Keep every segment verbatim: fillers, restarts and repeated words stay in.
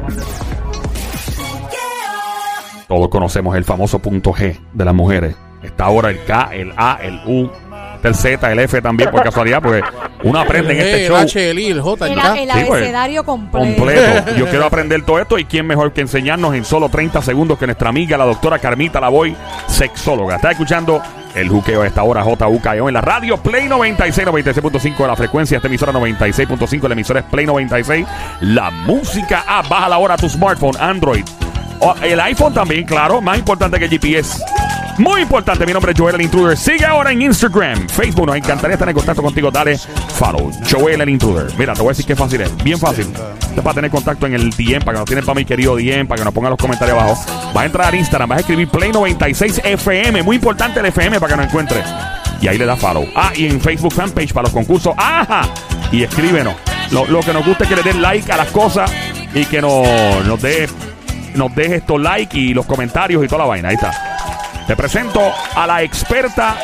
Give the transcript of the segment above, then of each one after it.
Todos conocemos el famoso punto G de las mujeres. Está ahora el K, el A, el U, el Z, el F también por casualidad, porque uno aprende en este show. El H, el I, el J, el, el el abecedario completo. completo. Yo quiero aprender todo esto y quién mejor que enseñarnos en solo treinta segundos que nuestra amiga, la doctora Carmita Lavoy, sexóloga. Está escuchando el juqueo a esta hora, J U K E O, en la radio Play noventa y seis, noventa y seis punto cinco de la frecuencia. Esta emisora noventa y seis punto cinco, la emisora es Play noventa y seis. La música app, baja la hora a tu smartphone, Android. O el iPhone también, claro, más importante que el G P S. Muy importante, mi nombre es Joel el Intruder. Sigue ahora en Instagram, Facebook. Nos encantaría estar en contacto contigo. Dale follow, Joel el Intruder. Mira, te voy a decir que fácil es. Bien fácil. Te vas a tener contacto en el D M, para que nos tienes para mi querido D M, para que nos ponga los comentarios abajo. Vas a entrar a Instagram, vas a escribir Play noventa y seis F M. Muy importante el F M para que nos encuentres. Y ahí le das follow. Ah, y en Facebook fanpage para los concursos. ¡Ajá! Y escríbenos. Lo, lo que nos gusta es que le den like a las cosas y que nos, nos dé nos dejes estos like y los comentarios y toda la vaina. Ahí está. Te presento a la experta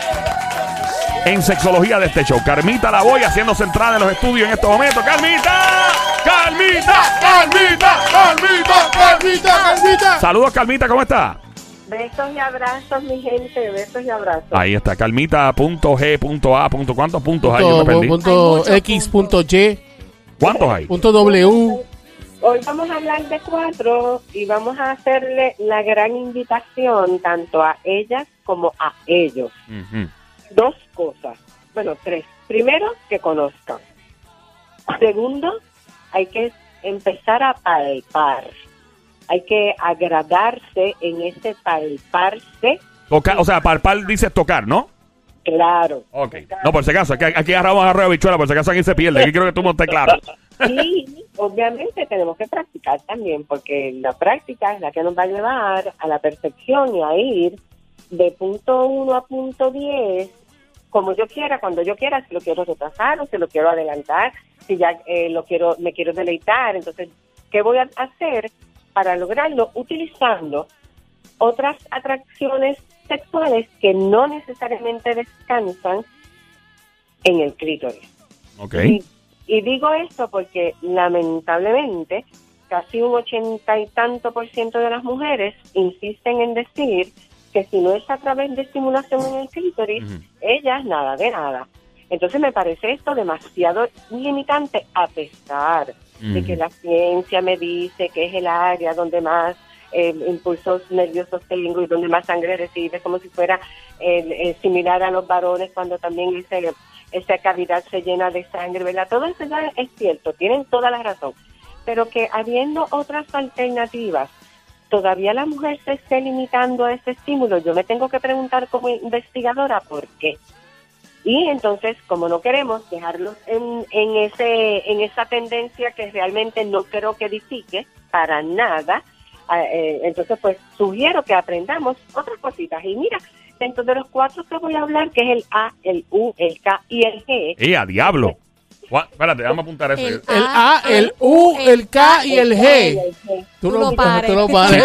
en sexología de este show, Carmita Lavoy, haciéndose entrada en los estudios en estos momentos. ¡Carmita! ¡Carmita! ¡Carmita! ¡Carmita! ¡Carmita! ¡Carmita! Saludos, Carmita, ¿cómo está? Besos y abrazos, mi gente, besos y abrazos. Ahí está, Carmita punto G punto A punto, ¿cuántos puntos punto, hay? Yo me perdí. Punto X, punto Y. ¿Cuántos hay? Punto W. Hoy vamos a hablar de cuatro y vamos a hacerle la gran invitación tanto a ellas como a ellos. Uh-huh. Dos cosas, bueno, tres. Primero, que conozcan. Segundo, hay que empezar a palpar. Hay que agradarse en ese palparse. Tocar, o sea, palpar dice tocar, ¿no? Claro. Ok. No, por si acaso, aquí, aquí agarramos a bichuela, por si acaso aquí se pierde. Aquí quiero que tú no estés claro. Y obviamente tenemos que practicar también, porque la práctica es la que nos va a llevar a la perfección y a ir de punto uno a punto diez, como yo quiera, cuando yo quiera, si lo quiero retrasar o si lo quiero adelantar, si ya eh, lo quiero, me quiero deleitar. Entonces, ¿qué voy a hacer para lograrlo? Utilizando otras atracciones sexuales que no necesariamente descansan en el clítoris. Ok. Y, y digo esto porque lamentablemente casi un ochenta y tanto por ciento de las mujeres insisten en decir que si no es a través de estimulación en el clítoris, uh-huh, ellas nada de nada. Entonces me parece esto demasiado limitante, a pesar uh-huh de que la ciencia me dice que es el área donde más eh, impulsos nerviosos tengo y donde más sangre recibe, como si fuera eh, eh, similar a los varones cuando también ese, esa cavidad se llena de sangre, ¿verdad? Todo eso ya es cierto, tienen toda la razón, pero que habiendo otras alternativas, todavía la mujer se esté limitando a ese estímulo. Yo me tengo que preguntar como investigadora por qué. Y entonces, como no queremos dejarlos en, en ese en esa tendencia que realmente no creo que edifique para nada, eh, entonces pues sugiero que aprendamos otras cositas. Y mira, dentro de los cuatro que voy a hablar, que es el A, el U, el K y el G. ¡Eh, a diablo! Espérate, vamos a apuntar eso. El, el A, el U, el K y el G. Tú lo pares. Tú lo pares.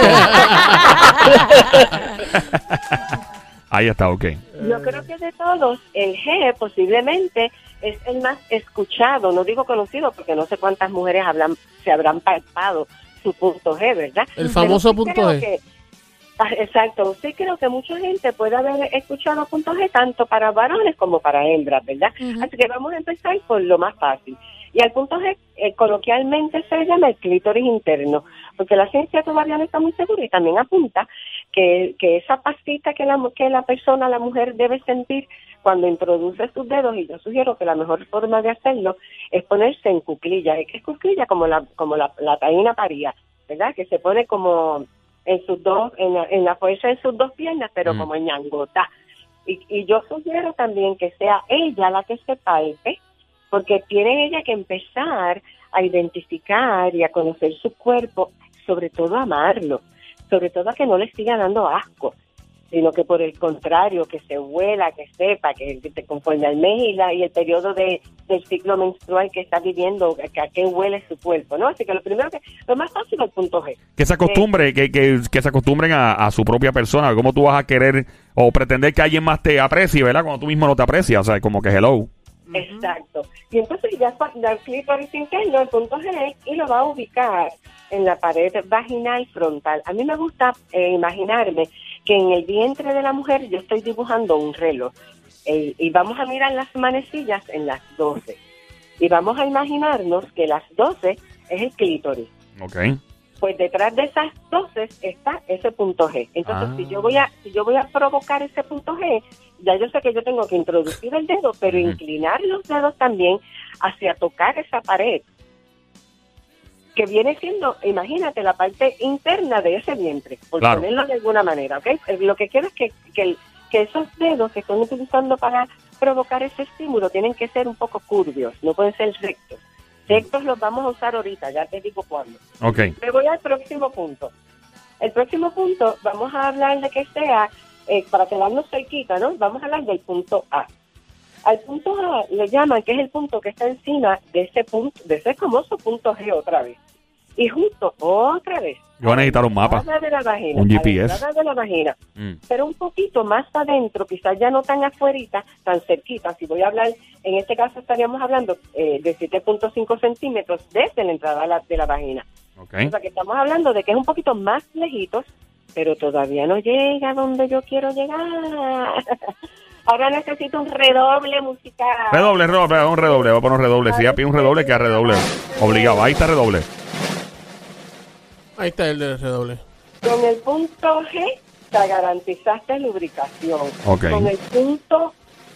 Ahí está, ok. Yo creo que de todos, el G posiblemente es el más escuchado, no digo conocido, porque no sé cuántas mujeres hablan, se habrán palpado su punto G, ¿verdad? El famoso sí punto G. Que, exacto, sí creo que mucha gente puede haber escuchado punto G tanto para varones como para hembras, ¿verdad? Uh-huh. Así que vamos a empezar por lo más fácil. Y al punto G, eh, coloquialmente se llama el clítoris interno, porque la ciencia todavía no está muy segura y también apunta que, que esa pastita que la, que la persona, la mujer, debe sentir cuando introduce sus dedos, y yo sugiero que la mejor forma de hacerlo es ponerse en cuclilla. ¿Qué es cuclilla? Como la como la, la taína paría, ¿verdad? Que se pone como en sus dos, en la, en la fuerza de sus dos piernas, pero mm. como en ñangota. Y, y yo sugiero también que sea ella la que se palpe, porque tiene ella que empezar a identificar y a conocer su cuerpo, sobre todo a amarlo, sobre todo a que no le siga dando asco, sino que por el contrario, que se huela, que sepa, que, que conforme al mes y, la, y el periodo de, del ciclo menstrual que está viviendo, que a qué huele su cuerpo, ¿no? Así que lo primero que, lo más fácil es el punto G. Que se acostumbre, eh, que, que, que se acostumbren a, a su propia persona. ¿Cómo tú vas a querer o pretender que alguien más te aprecie, verdad? Cuando tú mismo no te aprecias, o sea, como que hello. Exacto. Y entonces ya el clítoris interno, el punto G, y lo va a ubicar en la pared vaginal frontal. A mí me gusta eh, imaginarme que en el vientre de la mujer yo estoy dibujando un reloj. Eh, y vamos a mirar las manecillas en las doce. Y vamos a imaginarnos que las doce es el clítoris. Ok. Pues detrás de esas doce está ese punto G. Entonces, Ah. si yo voy a si yo voy a provocar ese punto G, ya yo sé que yo tengo que introducir el dedo, pero Ujú. inclinar los dedos también hacia tocar esa pared, que viene siendo, imagínate, la parte interna de ese vientre, por Claro. ponerlo de alguna manera, ¿ok? Eh, Lo que quiero es que, que, el- que esos dedos que están utilizando para provocar ese estímulo tienen que ser un poco curvios, no pueden ser rectos. Rectos los vamos a usar ahorita, ya te digo cuándo. Ok. Me voy al próximo punto. El próximo punto, vamos a hablar de que sea, eh, para quedarnos cerquita, ¿no? Vamos a hablar del punto A. Al punto A le llaman que es el punto que está encima de ese punto, de ese famoso punto G otra vez. Y justo otra vez. Yo voy a necesitar un mapa. A la entrada de la vagina, Un G a P la S. entrada de la vagina. Mm. Pero un poquito más adentro, quizás ya no tan afuerita, tan cerquita. Si voy a hablar, en este caso estaríamos hablando eh, de siete punto cinco centímetros desde la entrada de la, de la vagina. Ok. O sea que estamos hablando de que es un poquito más lejitos, pero todavía no llega donde yo quiero llegar. Ahora necesito un redoble musical. Redoble, redoble, un redoble. Voy a poner un redoble. Si ya pide un redoble, que a redoble. Obligado. Ahí está redoble. Ahí está el de redoble. Con el punto G te garantizaste lubricación. Ok. Con el punto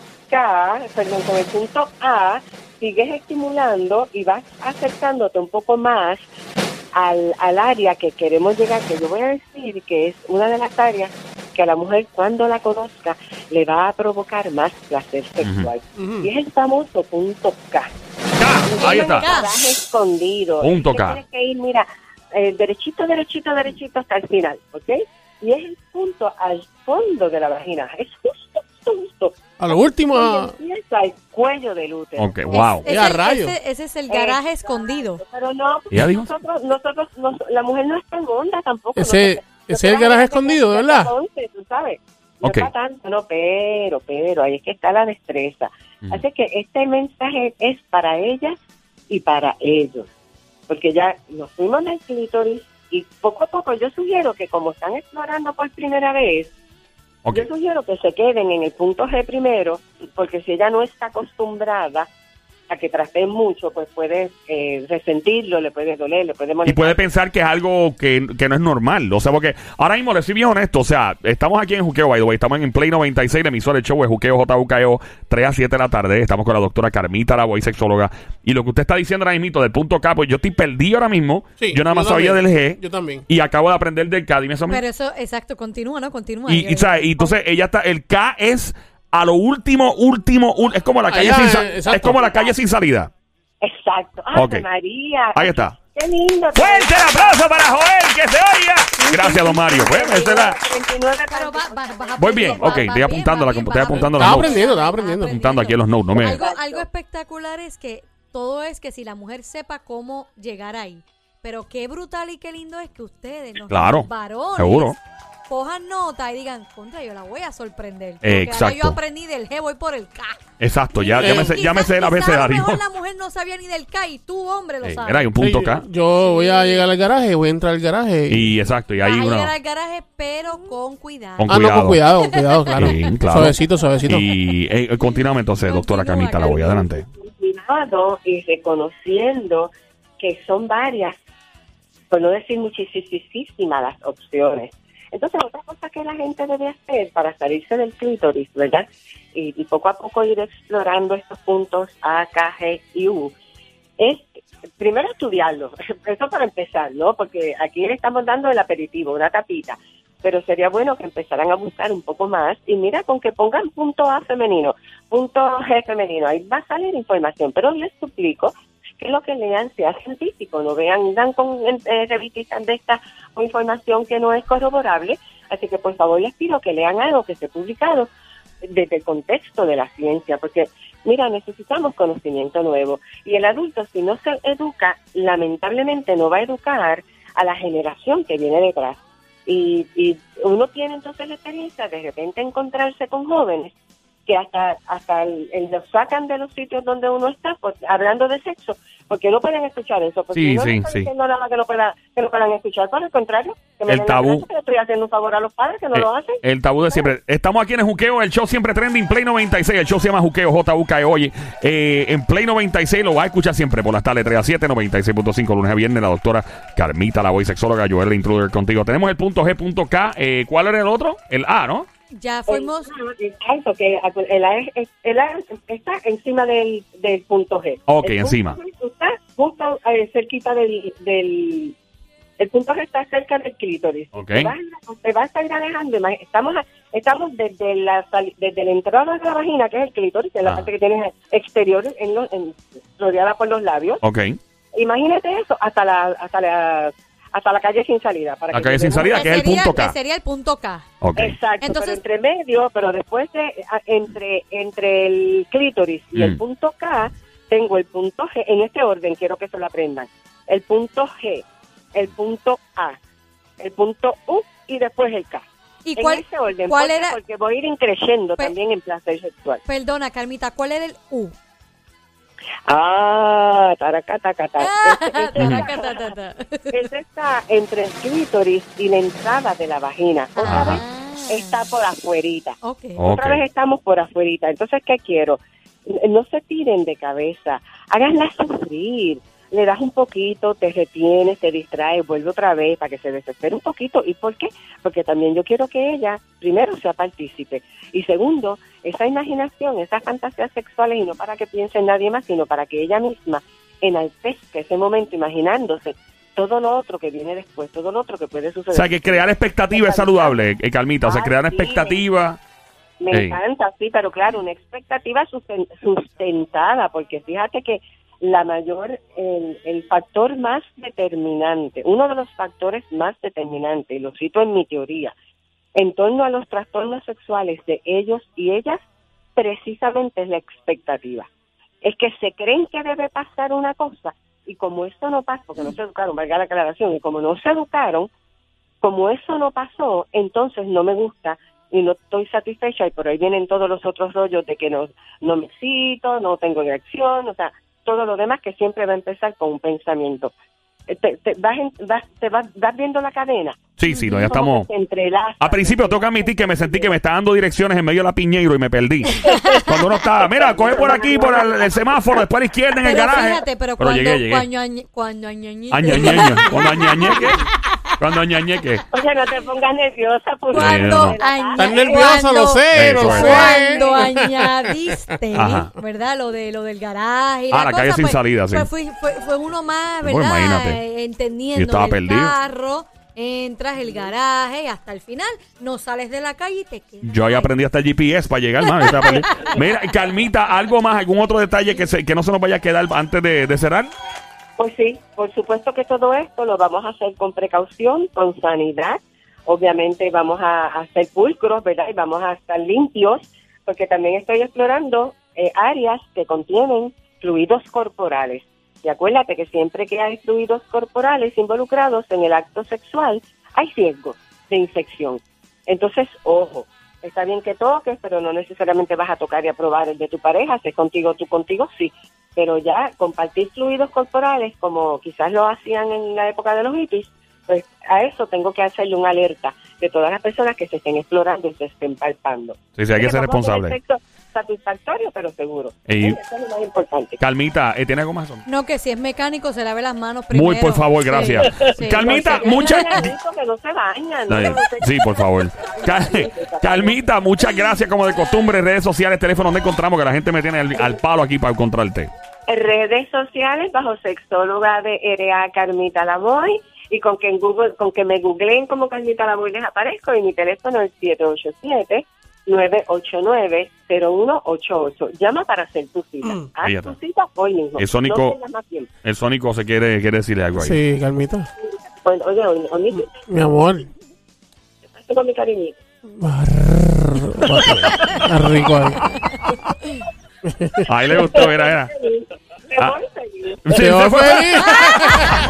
K, perdón, con el punto A, sigues estimulando y vas acercándote un poco más al, al área que queremos llegar, que yo voy a decir que es una de las áreas que a la mujer cuando la conozca le va a provocar más placer sexual. Ujú. Y es el famoso punto K. K. Ahí está. Garaje escondido. Punto Es que K. Tienes que ir, mira, eh, derechito, derechito, derechito hasta el final, ¿ok? Y es el punto al fondo de la vagina. Es justo, justo, justo. A lo último, Donde empieza el cuello del útero. Ok, wow. Es- Ya, ese, rayo. ese- ese es el garaje Eh, escondido. Pero no, Ya digo. nosotros, nosotros, nos- la mujer no es tan honda tampoco. Ese- no, ese es el garaje escondido, ¿verdad? Tú sabes. No Ok. está tanto, no, pero, pero, ahí es que está la destreza. Mm. Así que este mensaje es para ellas y para ellos. Porque ya nos fuimos del clítoris y poco a poco yo sugiero que como están explorando por primera vez, Ok. yo sugiero que se queden en el punto G primero, porque si ella no está acostumbrada a que traten mucho, pues puede eh, resentirlo, le puede doler, le puede Y molestar. puede pensar que es algo que, que no es normal. O sea, porque ahora mismo, le soy bien honesto. O sea, estamos aquí en Juqueo, by the way. Estamos en Play noventa y seis, la emisora del show de Juqueo, J U K E O, tres a siete de la tarde. Estamos con la doctora Carmita Lavoy, sexóloga. Y lo que usted está diciendo ahora mismo del punto K, pues yo estoy perdido ahora mismo. Sí, yo nada más yo sabía también. del G. Yo también. Y acabo de aprender del K. Dime eso a mí. Pero eso, exacto, continúa, ¿no? Continúa. Y, y, ¿sabes? Y entonces ella está, el K es a lo último, último, ul- es como la calle Allá, sin sa- eh, exacto. es como la calle sin salida. Exacto. ¡Ay, Ok. María! Ahí está. ¡Qué lindo! Fuerte el aplauso para Joel, que se oiga. Gracias, don Mario. Pues, esa es la- veintinueve Pero va- va- vas Voy bien, aprendiendo, ok, vas estoy bien, apuntando vas la bien, compu- estoy vas apuntando bien. las Estaba notes. aprendiendo, estaba aprendiendo. Apuntando aquí en los notes, no me... Algo, algo espectacular es que todo es que si la mujer sepa cómo llegar ahí. Pero qué brutal y qué lindo es que ustedes, los Claro, varones, seguro. cojan nota y digan, contra, yo la voy a sorprender. Porque ahora Exacto. yo aprendí del G, voy por el K. Exacto, ya, ya, Eh, me sé, ya me Quizás- sé el quizás abecedario. A lo mejor la mujer no sabía ni del K y tú, hombre, lo Eh, sabes. Mira, hay un punto Sí, K. Yo, yo voy a llegar al garaje, voy a entrar al garaje. Y... Y exacto, y Vas ahí a llegar una... al garaje, pero con cuidado. Con Ah, no, con cuidado, con cuidado, claro. Sí, claro. Suavecito, suavecito. Y eh, continuamos entonces, doctora Continúa, Carmita, la voy Carmen. adelante. cuidado y reconociendo que son varias, por no decir muchísimas las opciones. Entonces, otra cosa que la gente debe hacer para salirse del clítoris, ¿verdad? Y, y poco a poco ir explorando estos puntos A, K, G y U, es primero estudiarlo. Eso para empezar, ¿no? Porque aquí le estamos dando el aperitivo, una tapita. Pero sería bueno que empezaran a buscar un poco más. Y mira, con que pongan punto A femenino, punto G femenino, ahí va a salir información. Pero les suplico que lo que lean sea científico, no vean, dan con eh, revistas de esta o información que no es corroborable. Así que por favor les pido que lean algo que esté publicado desde el contexto de la ciencia, porque mira, necesitamos conocimiento nuevo. Y el adulto, si no se educa, lamentablemente no va a educar a la generación que viene detrás. Y, y uno tiene entonces la experiencia de repente encontrarse con jóvenes que hasta hasta el, el- lo sacan de los sitios donde uno está, pues, hablando de sexo, porque no pueden escuchar eso. Porque Sí, no sí, le estoy sí. diciendo nada más que no, pueda, que no puedan escuchar, por el contrario, que me El den la tabú. gracia, que le estoy haciendo un favor a los padres que no Eh, lo hacen. El tabú de siempre. Estamos aquí en el Juqueo, el show siempre trending, Play noventa y seis. El show se llama Juqueo, J U K E. Oye, eh, en Play noventa y seis lo vas a escuchar siempre por las tardes tres a siete, noventa y seis punto cinco, lunes a viernes. La doctora Carmita, la voz sexóloga, Joel, el intruder contigo. Tenemos el punto G, punto K. Eh, ¿Cuál era el otro? El A, ¿no? Ya fuimos. El- Exacto, que el A, es- el A está encima del, del punto G. Ok, El punto encima. G está justo eh, cerquita del, del... El punto G está cerca del clítoris. Ok. Te vas, te vas a ir alejando. imag- Estamos, a- estamos desde la sali- desde la entrada de la vagina, que es el clítoris, que es la Ah. parte que tienes exterior, en los- en- rodeada por los labios. Ok. Imagínate eso hasta la hasta la hasta la calle sin salida. Para La que calle sin lleguemos- salida, que es el sería, punto K. que sería el punto K. Ok. Exacto, Entonces- pero entre medio, pero después de a- entre entre el clítoris y Mm. el punto K, tengo el punto G, en este orden quiero que se lo aprendan. El punto G, el punto A, el punto U y después el K. ¿Y En cuál, ese orden, cuál porque, era? porque voy a ir creciendo Pe- también en placer sexual. Perdona, Carmita, ¿cuál era el U? Ah, taracatacata. Este- este está- Tacatatata. Ese está entre el clítoris y la entrada de la vagina. Otra Ajá. vez está por afuerita. Ok. Oh. Otra Ok. vez estamos por afuerita. Entonces, ¿qué quiero? No se tiren de cabeza. Háganla sufrir. Le das un poquito, te retienes, te distraes, vuelve otra vez para que se desespere un poquito. ¿Y por qué? Porque también yo quiero que ella, primero, sea partícipe. Y segundo, esa imaginación, esas fantasías sexuales, y no para que piense en nadie más, sino para que ella misma enaltezca ese momento imaginándose todo lo otro que viene después, todo lo otro que puede O suceder. sea, que crear expectativa es saludable, eh, Carmita. O sea, Ah, crear una sí. expectativa. Me Ey. encanta, sí, pero claro, una expectativa susten- sustentada, porque fíjate que la mayor, el, el factor más determinante, uno de los factores más determinantes, y lo cito en mi teoría, en torno a los trastornos sexuales de ellos y ellas, precisamente es la expectativa. Es que se creen que debe pasar una cosa, y como eso no pasa, porque no se educaron, valga la aclaración, y como no se educaron, como eso no pasó, entonces no me gusta y no estoy satisfecha, y por ahí vienen todos los otros rollos de que no, no me excito, no tengo reacción, o sea, todo lo demás que siempre va a empezar con un pensamiento. Eh, Te, te, vas, en- vas, te vas, vas viendo la cadena. Sí, sí, no, ya Como estamos. que se entrelaza. A principio tengo que admitir que me sentí que me está dando direcciones en medio de la Piñeiro y me perdí. Cuando uno estaba, mira, coge por aquí, por el, el semáforo, después a la izquierda en el Pero garaje. fíjate, pero, cuando, llegué, llegué. cuando, añ- cuando añañi- Añañeña. Cuando añañeque. Cuando añañeque. Oye, no te pongas nerviosa. Pues, Cuando Sí, no. aña- Estás nerviosa, lo sé, Eso lo es. sé. Cuando añadiste, Ajá. ¿verdad? Lo de lo del garaje. Y Ah, la cosa, calle sin pues, salida, sí. pues fue, fue, fue uno más, Bueno, ¿verdad? imagínate. Eh, Entendiendo Yo estaba el perdido. carro, entras el garaje y hasta el final no sales de la calle y te quedas. Yo ahí aprendí hasta el G P S para llegar, mano. Yo estaba perdido. Mira, Carmita, ¿algo más? ¿Algún otro detalle que, se, que no se nos vaya a quedar antes de, de cerrar? Pues sí, por supuesto que todo esto lo vamos a hacer con precaución, con sanidad. Obviamente vamos a, a ser pulcros, ¿verdad? Y vamos a estar limpios, porque también estoy explorando eh, áreas que contienen fluidos corporales. Y acuérdate que siempre que hay fluidos corporales involucrados en el acto sexual, hay riesgo de infección. Entonces, ojo, está bien que toques, pero no necesariamente vas a tocar y a probar el de tu pareja, si es contigo, tú contigo, sí. Pero ya compartir fluidos corporales, como quizás lo hacían en la época de los hippies, pues a eso tengo que hacerle una alerta de todas las personas que se estén explorando y se estén palpando. Sí, sí, hay que ser Vamos a tener responsable. sexo satisfactorio, pero seguro. Y- Eso es lo más importante. Carmita, ¿eh, ¿tiene algo más? No, que si es mecánico se lave las manos primero. Muy por favor, Sí, gracias. sí. Carmita, Porque muchas... ya no es rico que no se bañan, ¿no? Ay, Que no se- Sí, por favor. Cal- Calmita, muchas gracias. Como de costumbre, redes sociales, teléfono, donde encontramos que la gente me tiene al, al palo aquí para encontrarte. Redes sociales bajo sexóloga de R A Carmita Lavoy, y con que en Google, con que me googleen como Carmita Lavoy les aparezco, y mi teléfono es siete ocho siete, nueve ocho nueve, cero uno ocho ocho. Llama para hacer tu cita. Ahí Haz está. tu cita hoy mismo. El Sónico- No tengas más tiempo. El Sónico se quiere, quiere decirle algo ahí. Sí, Carmita. Oye, oye, oye, oye, Mi amor. ¿qué pasa con mi cariñito? Está rico ahí. Ahí le gustó, era, era. Me voy a seguir. Sí, Te va se fue. feliz.